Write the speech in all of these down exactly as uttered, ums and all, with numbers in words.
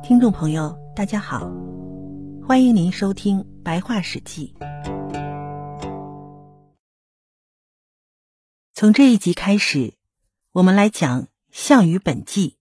听众朋友大家好，欢迎您收听白话史记。从这一集开始，我们来讲项羽本纪。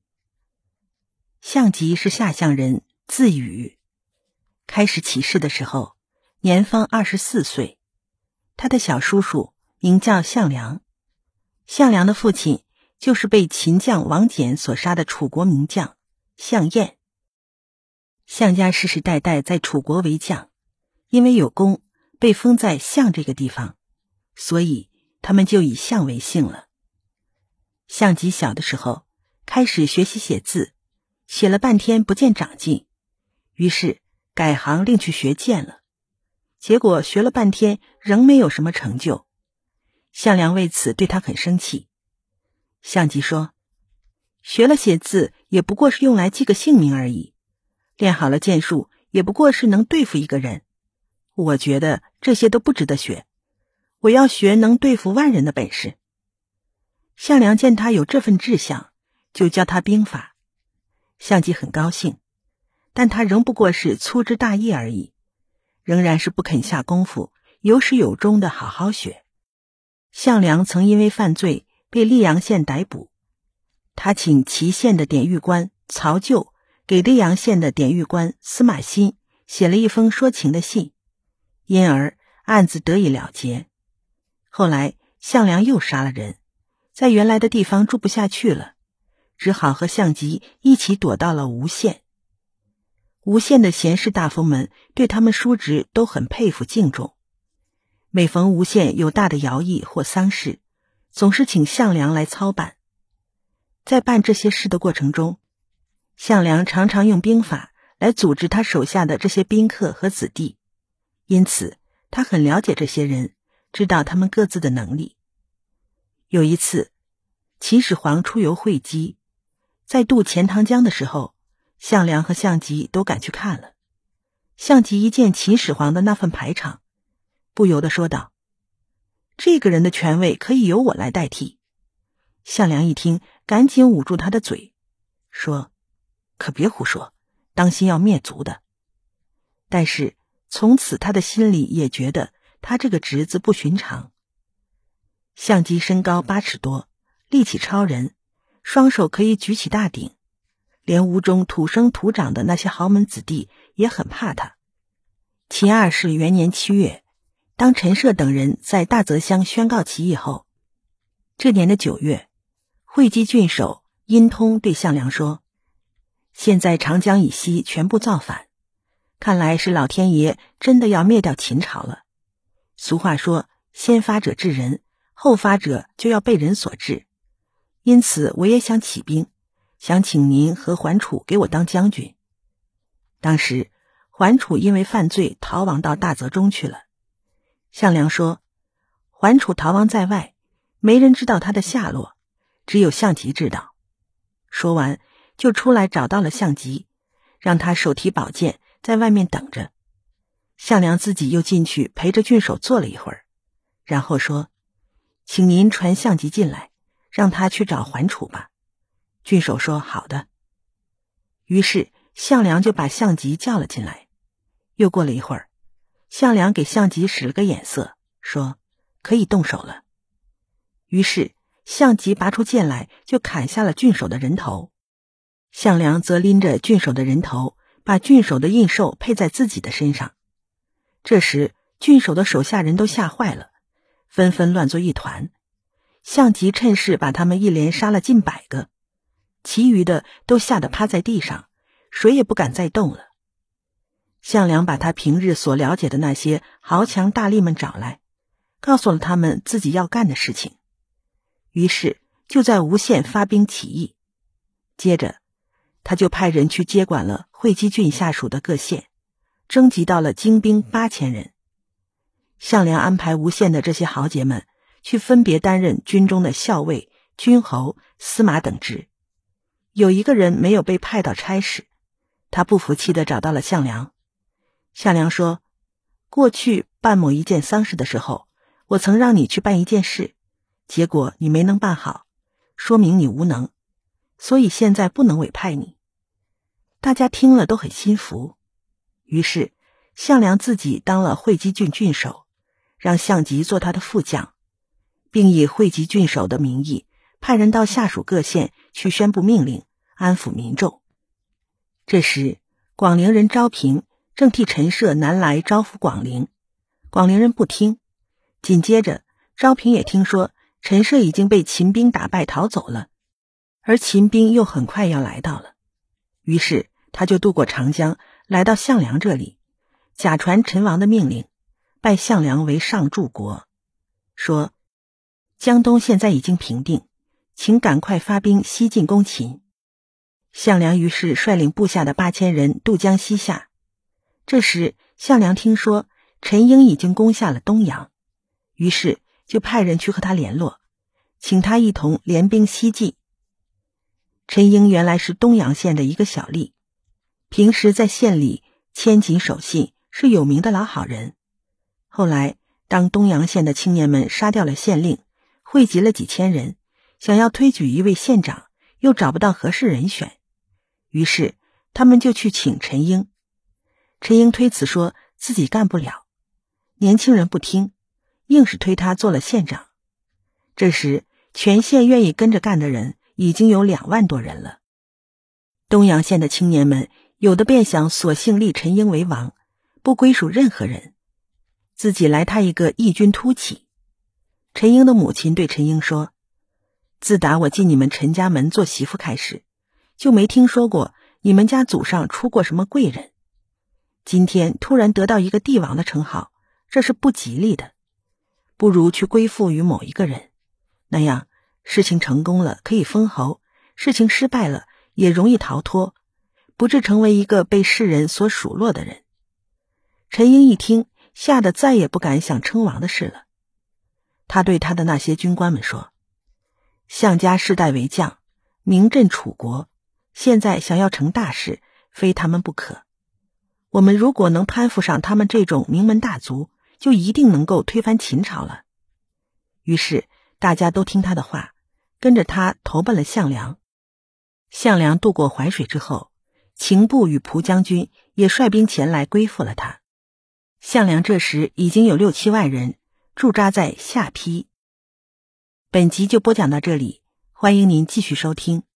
项籍是下项人，字羽，开始起事的时候年方二十四岁，他的小叔叔名叫项梁，项梁的父亲就是被秦将王翦所杀的楚国名将项燕。项家世世代代在楚国为将，因为有功被封在项这个地方，所以他们就以项为姓了。项籍小的时候开始学习写字，写了半天不见长进，于是改行另去学剑了。结果学了半天仍没有什么成就，项梁为此对他很生气。项籍说，学了写字也不过是用来记个姓名而已，练好了剑术也不过是能对付一个人，我觉得这些都不值得学，我要学能对付万人的本事。项梁见他有这份志向，就教他兵法。项籍很高兴，但他仍不过是粗枝大叶而已，仍然是不肯下功夫，有始有终的好好学。项梁曾因为犯罪被溧阳县逮捕，他请祁县的典狱官曹咎给溧阳县的典狱官司马欣写了一封说情的信，因而案子得以了结。后来项梁又杀了人，在原来的地方住不下去了，只好和项籍一起躲到了吴县。吴县的贤士大夫们对他们叔侄都很佩服敬重，每逢吴县有大的徭役或丧事，总是请项梁来操办。在办这些事的过程中，项梁常常用兵法来组织他手下的这些宾客和子弟，因此他很了解这些人，知道他们各自的能力。有一次，秦始皇出游会稽，在渡钱塘江的时候，项梁和项籍都赶去看了。项籍一见秦始皇的那份排场，不由得说道，这个人的权位可以由我来代替。项梁一听，赶紧捂住他的嘴，说，可别胡说，当心要灭族的。但是从此他的心里也觉得他这个侄子不寻常。项籍身高八尺多，力气超人，双手可以举起大鼎，连吴中土生土长的那些豪门子弟也很怕他。秦二世元年七月，当陈涉等人在大泽乡宣告起义后，这年的九月，会稽郡守殷通对项梁说，现在长江以西全部造反，看来是老天爷真的要灭掉秦朝了。俗话说，先发者治人，后发者就要被人所治，因此我也想起兵，想请您和桓楚给我当将军。当时桓楚因为犯罪逃亡到大泽中去了。项梁说，桓楚逃亡在外，没人知道他的下落，只有项籍知道。说完就出来找到了项籍，让他手提宝剑在外面等着。项梁自己又进去陪着郡守坐了一会儿，然后说，请您传项籍进来，让他去找桓楚吧。郡守说，好的。于是项梁就把项籍叫了进来。又过了一会儿，项梁给项籍使了个眼色，说，可以动手了。于是项籍拔出剑来，就砍下了郡守的人头。项梁则拎着郡守的人头，把郡守的印绶配在自己的身上。这时郡守的手下人都吓坏了，纷纷乱作一团。项籍趁势把他们一连杀了近百个，其余的都吓得趴在地上，谁也不敢再动了。项梁把他平日所了解的那些豪强大吏们找来，告诉了他们自己要干的事情。于是就在吴县发兵起义。接着他就派人去接管了会稽郡下属的各县，征集到了精兵八千人。项梁安排吴县的这些豪杰们去分别担任军中的校尉、军侯、司马等职。有一个人没有被派到差事，他不服气地找到了项梁。项梁说，过去办某一件丧事的时候，我曾让你去办一件事，结果你没能办好，说明你无能，所以现在不能委派你。 大家听了都很心服。于是项梁自己当了会稽郡郡守，让项籍做他的副将，并以会稽郡守的名义派人到下属各县去宣布命令，安抚民众。这时广陵人昭平正替陈涉南来招抚广陵，广陵人不听。紧接着昭平也听说陈涉已经被秦兵打败逃走了，而秦兵又很快要来到了，于是他就渡过长江来到项梁这里，假传陈王的命令，拜项梁为上柱国，说江东现在已经平定，请赶快发兵西进攻秦。项梁于是率领部下的八千人渡江西下。这时项梁听说陈婴已经攻下了东阳，于是就派人去和他联络，请他一同联兵西进。陈婴原来是东阳县的一个小吏，平时在县里谦谨守信，是有名的老好人。后来当东阳县的青年们杀掉了县令，汇集了几千人，想要推举一位县长，又找不到合适人选，于是他们就去请陈婴。陈婴推辞说自己干不了，年轻人不听，硬是推他做了县长。这时全县愿意跟着干的人已经有两万多人了。东阳县的青年们有的便想索性立陈婴为王，不归属任何人，自己来他一个异军突起。陈婴的母亲对陈婴说，自打我进你们陈家门做媳妇开始，就没听说过你们家祖上出过什么贵人，今天突然得到一个帝王的称号，这是不吉利的，不如去归附于某一个人，那样事情成功了可以封侯，事情失败了也容易逃脱，不致成为一个被世人所数落的人。陈婴一听，吓得再也不敢想称王的事了。他对他的那些军官们说，项家世代为将，名震楚国，现在想要成大事，非他们不可。我们如果能攀附上他们这种名门大族，就一定能够推翻秦朝了。于是大家都听他的话，跟着他投奔了项梁。项梁渡过淮水之后，秦部与蒲将军也率兵前来归附了他。项梁这时已经有六七万人驻扎在下邳。本集就播讲到这里，欢迎您继续收听。